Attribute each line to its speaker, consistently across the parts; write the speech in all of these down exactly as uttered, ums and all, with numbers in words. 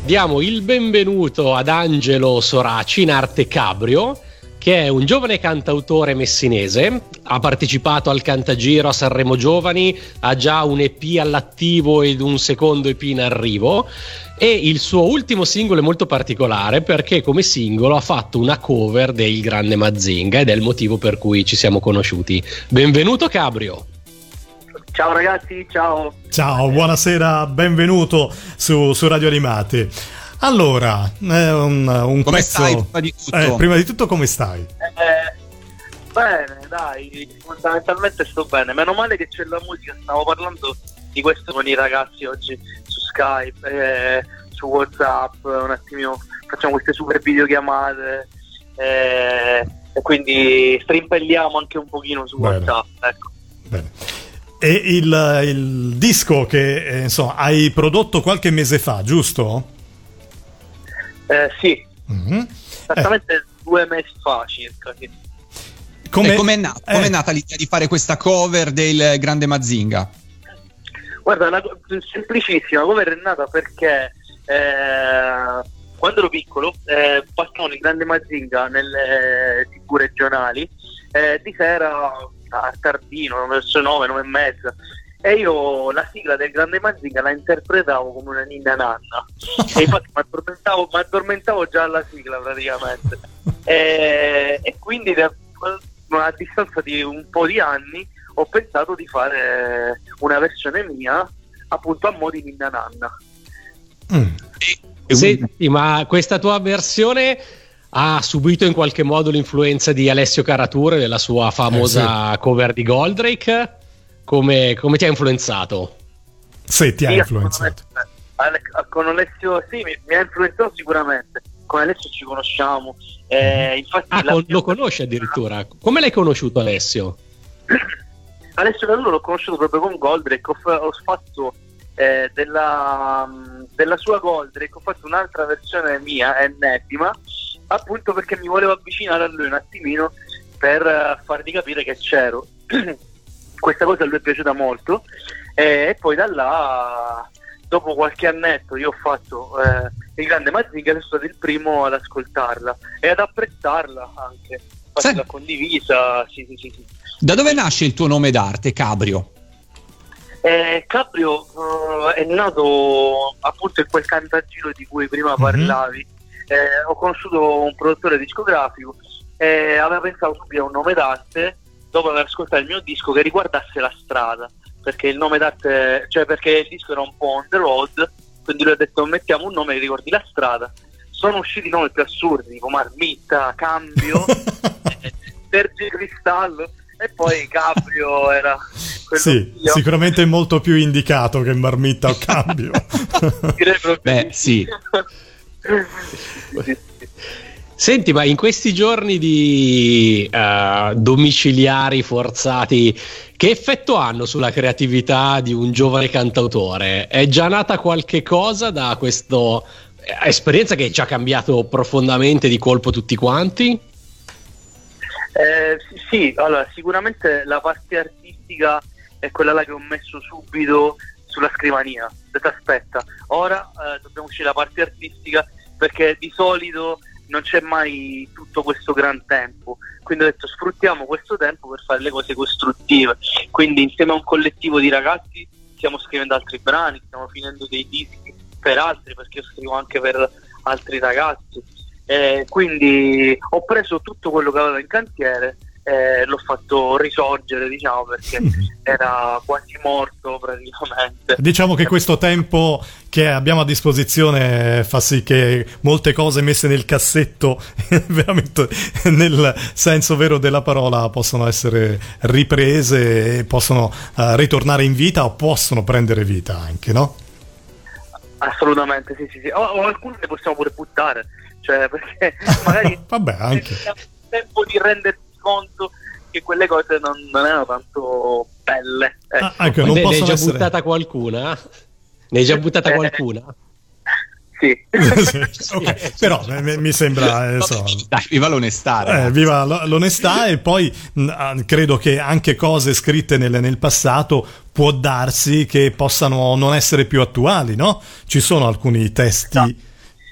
Speaker 1: diamo il benvenuto ad Angelo Soraci, in arte Cabrio, che è un giovane cantautore messinese. Ha partecipato al Cantagiro a Sanremo Giovani, ha già un E P all'attivo ed un secondo E P in arrivo, e il suo ultimo singolo è molto particolare perché come singolo ha fatto una cover del grande Mazinga ed è il motivo per cui ci siamo conosciuti. Benvenuto Cabrio.
Speaker 2: Ciao ragazzi, ciao.
Speaker 3: Ciao, buonasera, benvenuto su, su Radio Animati. Allora, eh, un, un
Speaker 4: come
Speaker 3: pezzo...
Speaker 4: stai prima di tutto?
Speaker 3: Eh, prima di tutto come stai?
Speaker 2: Eh, bene, dai, fondamentalmente sto bene. Meno male che c'è la musica, stavo parlando di questo con i ragazzi oggi su Skype, eh, su WhatsApp, un attimino facciamo queste super videochiamate eh, e quindi strimpelliamo anche un pochino su
Speaker 3: Bene.
Speaker 2: WhatsApp, ecco.
Speaker 3: Bene. E il, il disco che eh, insomma hai prodotto qualche mese fa, giusto?
Speaker 2: Eh, sì,
Speaker 3: Mm-hmm.
Speaker 2: esattamente eh. due mesi fa circa, sì.
Speaker 3: Come
Speaker 4: e com'è, nata,
Speaker 3: eh.
Speaker 4: com'è nata l'idea di fare questa cover del grande Mazinga?
Speaker 2: Guarda, una co- semplicissima, la cover è nata perché eh, quando ero piccolo eh, passavano il grande Mazinga nelle tivù regionali eh, di sera a tardino, verso nove, nove e mezza, e io la sigla del grande Mazinga la interpretavo come una ninna nanna e infatti mi addormentavo, mi addormentavo già alla sigla praticamente e, e quindi da, a distanza di un po' di anni ho pensato di fare una versione mia appunto a mo' di ninna nanna.
Speaker 3: Mm.
Speaker 1: Senti, ma questa tua versione ha subito in qualche modo l'influenza di Alessio Carature della sua famosa eh sì. cover di Goldrake? Come, come ti ha influenzato?
Speaker 3: Se ti ha
Speaker 2: sì,
Speaker 3: influenzato.
Speaker 2: Con Alessio sì, mi, mi ha influenzato sicuramente. Con Alessio ci conosciamo. Eh, infatti
Speaker 1: ah, con, lo conosci addirittura? Come l'hai conosciuto Alessio?
Speaker 2: Alessio Carature l'ho conosciuto proprio con Goldrake. Ho, ho fatto eh, della, della sua Goldrake, ho fatto un'altra versione mia, ennesima, appunto perché mi volevo avvicinare a lui un attimino per fargli capire che c'ero. Questa cosa a lui è piaciuta molto eh, e poi da là dopo qualche annetto io ho fatto eh, il grande Mazinga e sono stato il primo ad ascoltarla e ad apprezzarla anche, infatti
Speaker 4: sì.
Speaker 2: l'ho condivisa, sì, sì, sì, sì.
Speaker 4: Da dove nasce il tuo nome d'arte, Cabrio?
Speaker 2: Eh, Cabrio uh, è nato appunto in quel Cantagiro di cui prima parlavi. Mm-hmm. Eh, ho conosciuto un produttore discografico e aveva pensato subito a un nome d'arte dopo aver ascoltato il mio disco che riguardasse la strada, perché il nome d'arte, cioè perché il disco era un po' on the road, quindi lui ha detto mettiamo un nome che ricordi la strada. Sono usciti nomi più assurdi tipo Marmitta, Cambio, Sergio Cristallo e poi Cabrio era quello
Speaker 3: sì,
Speaker 2: io.
Speaker 3: Sicuramente è molto più indicato che Marmitta o Cambio.
Speaker 2: Direi proprio
Speaker 4: beh sì.
Speaker 1: Senti, ma in questi giorni di uh, domiciliari forzati, che effetto hanno sulla creatività di un giovane cantautore? È già nata qualche cosa da questa esperienza che ci ha cambiato profondamente di colpo tutti quanti?
Speaker 2: Eh, sì, sì, allora sicuramente la parte artistica è quella là che ho messo subito sulla scrivania. Ho detto aspetta, ora eh, dobbiamo uscire la parte artistica perché di solito non c'è mai tutto questo gran tempo, quindi ho detto sfruttiamo questo tempo per fare le cose costruttive, quindi insieme a un collettivo di ragazzi stiamo scrivendo altri brani, stiamo finendo dei dischi per altri perché io scrivo anche per altri ragazzi, eh, quindi ho preso tutto quello che avevo in cantiere e l'ho fatto risorgere, diciamo, perché era quasi morto praticamente.
Speaker 3: Diciamo che questo tempo che abbiamo a disposizione fa sì che molte cose messe nel cassetto veramente nel senso vero della parola possono essere riprese e possono uh, ritornare in vita o possono prendere vita anche, no?
Speaker 2: Assolutamente, sì, sì, sì. O, o alcune le possiamo pure buttare, cioè perché magari
Speaker 3: vabbè, anche
Speaker 2: il tempo di rendersi conto che quelle cose non, non erano tanto belle, ecco.
Speaker 3: Ah, anche, non
Speaker 1: ne, ne hai già
Speaker 3: essere...
Speaker 1: buttata qualcuna? Ne hai già buttata qualcuna?
Speaker 2: Sì.
Speaker 3: sì. Okay. Però mi, mi sembra eh, so,
Speaker 4: dai, viva l'onestà,
Speaker 3: eh, viva l'onestà e poi mh, credo che anche cose scritte nel, nel passato può darsi che possano non essere più attuali, no? Ci sono alcuni testi
Speaker 2: no.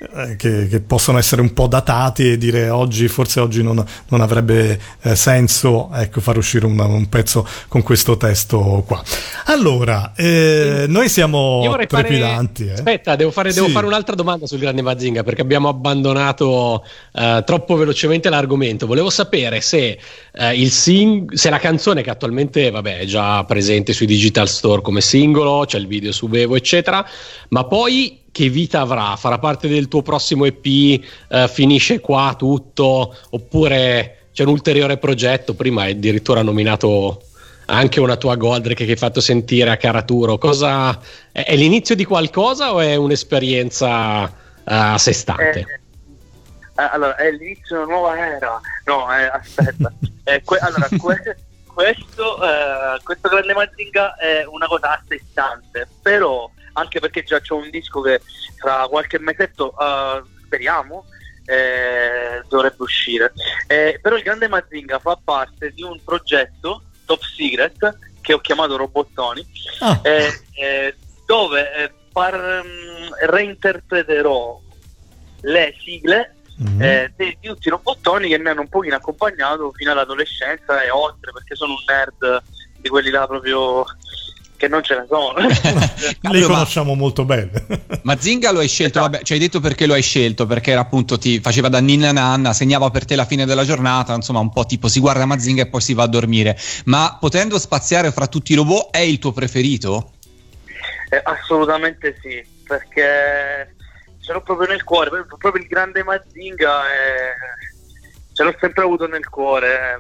Speaker 3: eh, che, che possono essere un po' datati e dire oggi, forse oggi non, non avrebbe eh, senso, ecco, far uscire un, un pezzo con questo testo qua. Allora, eh, noi siamo trepidanti.
Speaker 1: Fare...
Speaker 3: Eh.
Speaker 1: Aspetta, devo fare,
Speaker 3: sì.
Speaker 1: devo fare un'altra domanda sul Grande Mazinga, perché abbiamo abbandonato eh, troppo velocemente l'argomento. Volevo sapere se, eh, il sing- se la canzone, che attualmente vabbè, è già presente sui digital store come singolo, c'è il video su Vevo, eccetera, ma poi che vita avrà? Farà parte del tuo prossimo E P? Eh, finisce qua tutto? Oppure c'è un ulteriore progetto? Prima hai addirittura nominato anche una tua Goldrake che hai fatto sentire a Caraturo. Cosa è, è l'inizio di qualcosa o è un'esperienza uh, a sé stante?
Speaker 2: Eh, eh, allora, è l'inizio di una nuova era. No, eh, aspetta. eh, que- allora, que- questo, eh, questo Grande Mazinga è una cosa a sé stante, però anche perché già c'è un disco che tra qualche mesetto, uh, speriamo, eh, dovrebbe uscire. Eh, però il Grande Mazinga fa parte di un progetto Top Secret che ho chiamato Robottoni, ah. eh, eh, dove eh, par, um, reinterpreterò le sigle mm-hmm. eh, di tutti i robottoni che mi hanno un pochino accompagnato fino all'adolescenza e oltre, perché sono un nerd di quelli là proprio che non ce ne sono.
Speaker 3: Li conosciamo molto bene.
Speaker 4: Mazinga lo hai scelto, vabbè, ci hai detto perché lo hai scelto, perché era appunto, ti faceva da ninna nanna, segnava per te la fine della giornata, insomma un po' tipo si guarda Mazinga e poi si va a dormire. Ma potendo spaziare fra tutti i robot, è il tuo preferito?
Speaker 2: Eh, assolutamente sì, perché ce l'ho proprio nel cuore, proprio il Grande Mazinga è... ce l'ho sempre avuto nel cuore,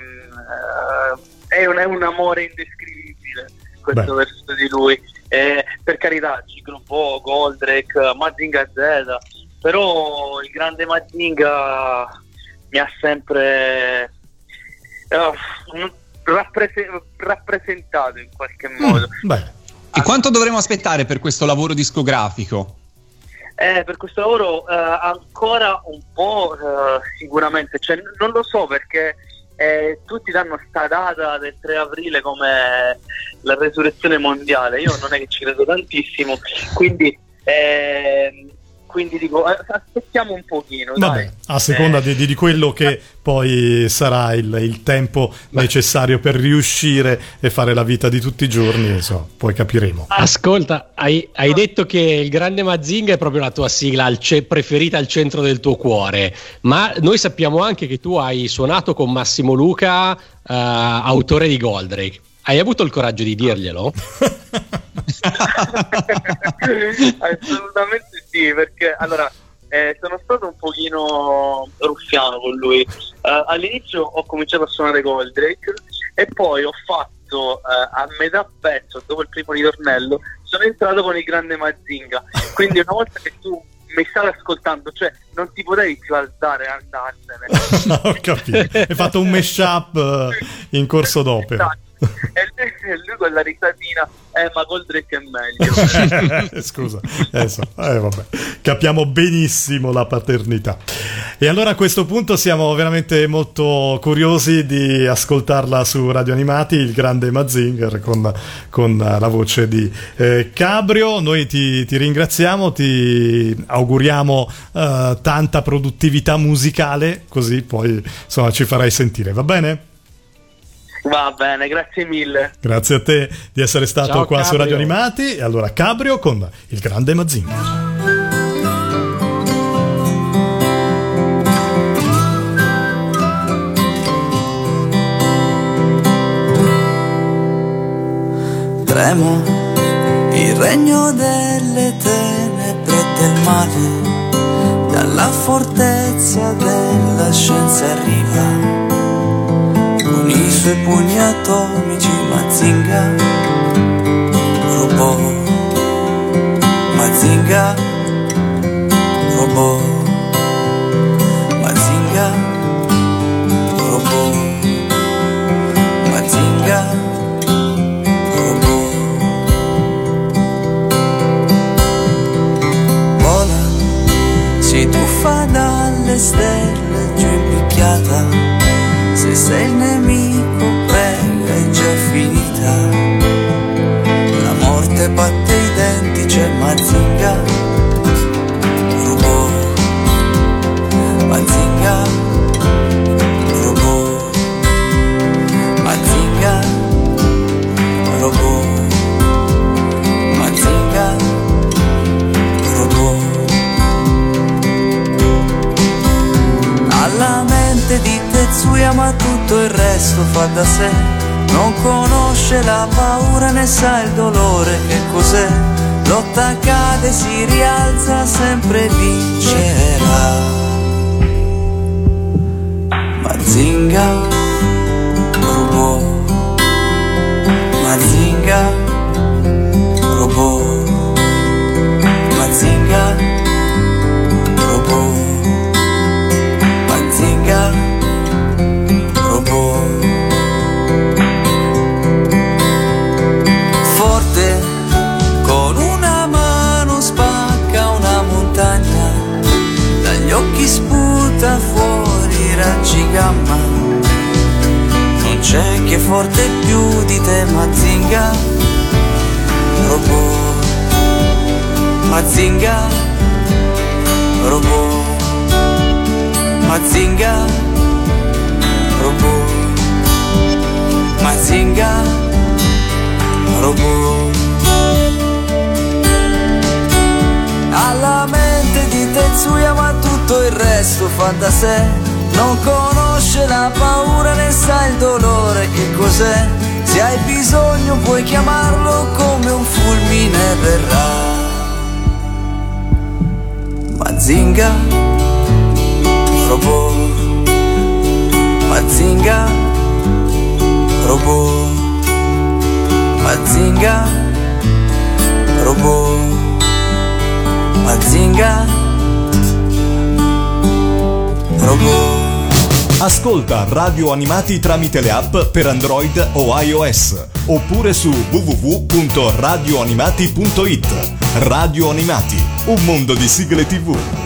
Speaker 2: è un, è un amore indescrivibile questo Beh. verso di lui, eh, per carità Ciclobo, Goldrake, Mazinga Z, però il Grande Mazinga mi ha sempre uh, rappres- rappresentato in qualche modo.
Speaker 3: Mm, beh.
Speaker 4: E quanto dovremo aspettare per questo lavoro discografico?
Speaker 2: Eh, per questo lavoro uh, ancora un po' uh, sicuramente, cioè, non lo so perché Eh, tutti danno sta data del tre aprile come la resurrezione mondiale. Io non è che ci credo tantissimo, quindi eh, quindi dico aspettiamo un pochino.
Speaker 3: Vabbè,
Speaker 2: dai.
Speaker 3: a seconda
Speaker 2: eh.
Speaker 3: di, di quello che poi sarà il, il tempo necessario per riuscire e fare la vita di tutti i giorni, insomma, poi capiremo.
Speaker 1: Ascolta, hai, hai detto che il Grande Mazinga è proprio la tua sigla al ce- preferita al centro del tuo cuore, ma noi sappiamo anche che tu hai suonato con Massimo Luca, uh, autore di Goldrake. Hai avuto il coraggio di dirglielo?
Speaker 2: Assolutamente sì, perché allora eh, sono stato un pochino ruffiano con lui. Uh, all'inizio ho cominciato a suonare Goldrake e poi ho fatto uh, a metà pezzo, dopo il primo ritornello, sono entrato con il Grande Mazinga. Quindi una volta che tu mi stavi ascoltando, cioè non ti potevi più alzare e andarsene.
Speaker 3: No, ho capito. Hai fatto un mashup in corso d'opera.
Speaker 2: E lui, e lui con la risatina, eh ma Goldrake è meglio.
Speaker 3: Scusa, adesso, eh, vabbè. Capiamo benissimo la paternità. E allora a questo punto siamo veramente molto curiosi di ascoltarla su Radio Animati, il Grande Mazinger con, con la voce di eh, Cabrio. Noi ti, ti ringraziamo, ti auguriamo uh, tanta produttività musicale, così poi insomma ci farai sentire, va bene?
Speaker 2: Va bene, grazie mille.
Speaker 3: Grazie a te di essere stato
Speaker 1: Ciao,
Speaker 3: qua
Speaker 1: Cabrio.
Speaker 3: su Radio Animati. E allora Cabrio con il Grande Mazinger.
Speaker 5: Tremo il regno delle tenebre e del male, dalla fortezza della scienza arriva con i suoi pugni atomici Mazinga, robot, Mazinga, robot, Mazinga, robot, Mazinga, robot. Vola, si tuffa dalle stelle giù impicchiata. Se sei il nemico, prega, è già finita. La morte batte i denti, c'è Mazinga, robot, resto fa da sé, non conosce la paura né sa il dolore che cos'è, lotta, cade, si rialza, sempre vincerà. Mazinga, robot, Mazinga, robot, Mazinga, robot, Mazinga, robot. Forte, con una mano spacca una montagna, dagli occhi sputa fuori raggi gamma. Non c'è che forte più di te, Mazinga, robot, Mazinga, robot, Mazinga, robot, Mazinga, robot. Alla mente di Tetsuya ma tutto il resto fa da sé, non conosce la paura né sa il dolore che cos'è, se hai bisogno puoi chiamarlo come un fulmine verrà. Mazinga, robot, Mazinga, robot, Mazinga, robot, Mazinga, robot.
Speaker 6: Ascolta Radio Animati tramite le app per Android o iOS oppure su w w w punto radio animati punto it. Radio Animati, un mondo di sigle tivù.